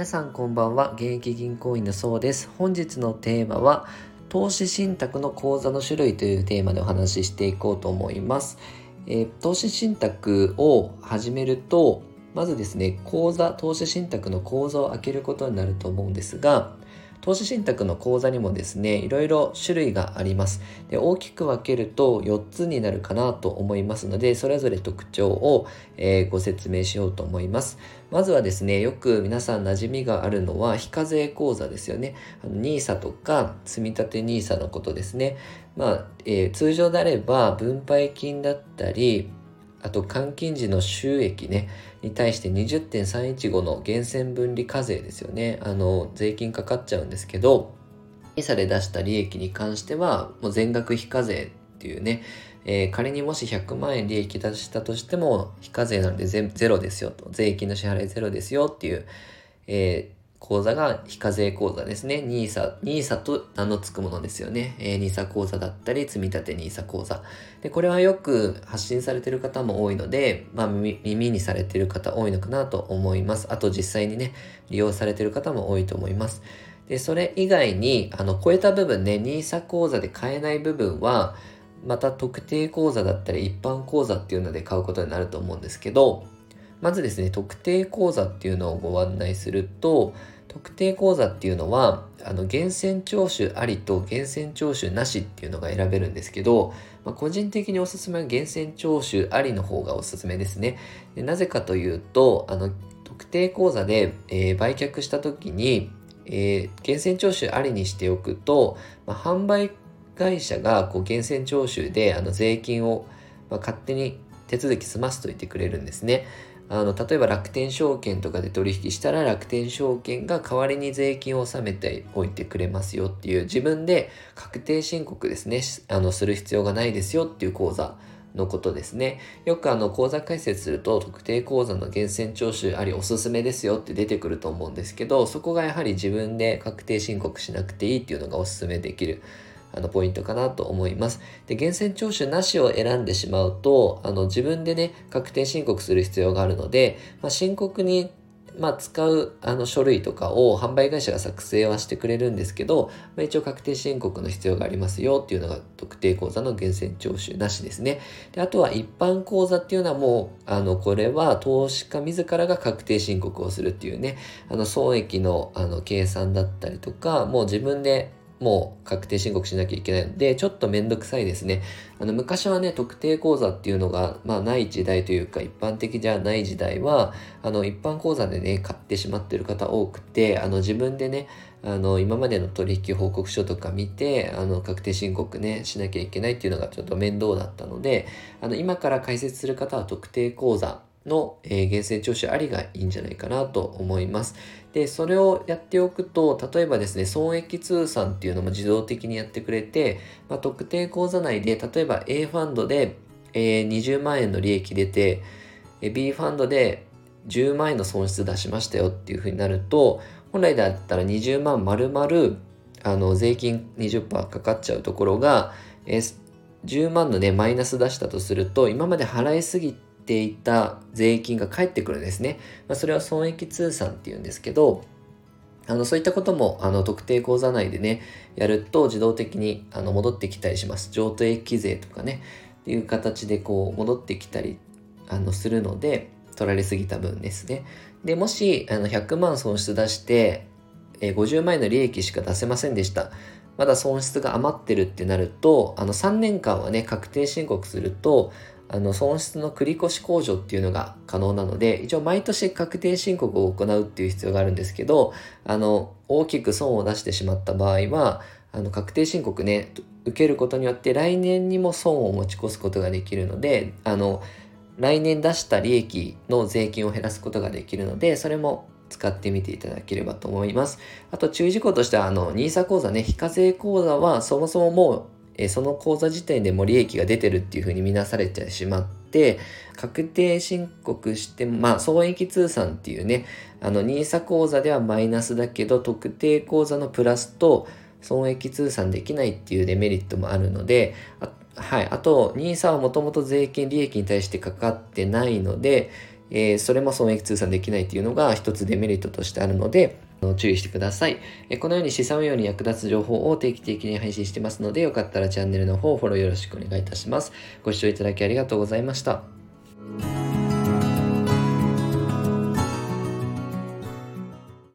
さんこんばんは。現役銀行員のそうです。本日のテーマは投資信託の口座の種類というテーマでお話ししていこうと思います。投資信託を始めるとまずですね、投資信託の口座を開けることになると思うんですが、投資信託の口座にもですね、いろいろ種類があります。で、大きく分けると4つになるかなと思いますので、それぞれ特徴を、ご説明しようと思います。まずはですね、よく皆さん馴染みがあるのは非課税口座ですよね。NISA とか積立 NISA のことですね。通常であれば分配金だったり、あと換金時の収益ねに対して 20.315 の源泉分離課税ですよね。税金かかっちゃうんですけど、NISA で出した利益に関してはもう全額非課税っていうね、仮にもし100万円利益出したとしても非課税なのでゼロですよと、税金の支払いゼロですよっていう、口座が非課税口座ですね。NISA と名の付くものですよね。NISA 口座だったり、積立 NISA 口座。で、これはよく発信されている方も多いので、耳にされている方多いのかなと思います。あと実際にね、利用されている方も多いと思います。で、それ以外に、超えた部分ね、NISA 口座で買えない部分は、また特定口座だったり、一般口座っていうので買うことになると思うんですけど、まずですね、特定口座っていうのをご案内すると、特定口座っていうのは、源泉徴収ありと源泉徴収なしっていうのが選べるんですけど、個人的におすすめは源泉徴収ありの方がおすすめですね。でなぜかというと、特定口座で、売却した時に、源泉徴収ありにしておくと、販売会社が源泉徴収で税金を、勝手に手続き済ませといてくれるんですね。例えば楽天証券とかで取引したら楽天証券が代わりに税金を納めておいてくれますよっていう、自分で確定申告ですね、する必要がないですよっていう口座のことですね。よく口座開設すると特定口座の源泉徴収ありおすすめですよって出てくると思うんですけど、そこがやはり自分で確定申告しなくていいっていうのがおすすめできるポイントかなと思います。で、源泉徴収なしを選んでしまうと、自分でね、確定申告する必要があるので、申告に使う書類とかを販売会社が作成はしてくれるんですけど、一応確定申告の必要がありますよっていうのが特定口座の源泉徴収なしですね。で、あとは一般口座っていうのはもう、これは投資家自らが確定申告をするっていうね、損益の計算だったりとか、もう自分でもう確定申告しなきゃいけないので、ちょっとめんどくさいですね。昔はね、特定口座っていうのが、ない時代というか、一般的じゃない時代は、一般口座でね、買ってしまってる方多くて、自分でね、今までの取引報告書とか見て、確定申告ね、しなきゃいけないっていうのがちょっと面倒だったので、今から開設する方は特定口座の、源泉徴収ありがいいんじゃないかなと思います。で、それをやっておくと、例えばですね、損益通算っていうのも自動的にやってくれて、特定口座内で、例えば A ファンドで、20万円の利益出て、B ファンドで10万円の損失出しましたよっていう風になると、本来だったら20万丸々、税金 20% かかっちゃうところが、10万のね、マイナス出したとすると、今まで払いすぎていた税金が返ってくるんですね。それは損益通算っていうんですけど、そういったことも特定口座内でねやると自動的に戻ってきたりします。譲渡益税とかねっていう形で戻ってきたりするので、取られすぎた分ですね。で、もし100万損失出して50万円の利益しか出せませんでした。まだ損失が余ってるってなると、3年間はね確定申告すると損失の繰越控除っていうのが可能なので、一応毎年確定申告を行うっていう必要があるんですけど、大きく損を出してしまった場合は、確定申告ね、受けることによって来年にも損を持ち越すことができるので、来年出した利益の税金を減らすことができるので、それも使ってみていただければと思います。あと注意事項としては、NISA 口座ね、非課税口座はそもそももうその口座自体でも利益が出てるっていう風に見なされてしまって、確定申告しても、損益通算っていうね、NISA 口座ではマイナスだけど、特定口座のプラスと損益通算できないっていうデメリットもあるので、あと NISA はもともと税金利益に対してかかってないので、 それも損益通算できないというのが一つデメリットとしてあるので、注意してください。このように資産運用に役立つ情報を定期的に配信してますので、よかったらチャンネルの方フォローよろしくお願いいたします。ご視聴いただきありがとうございました。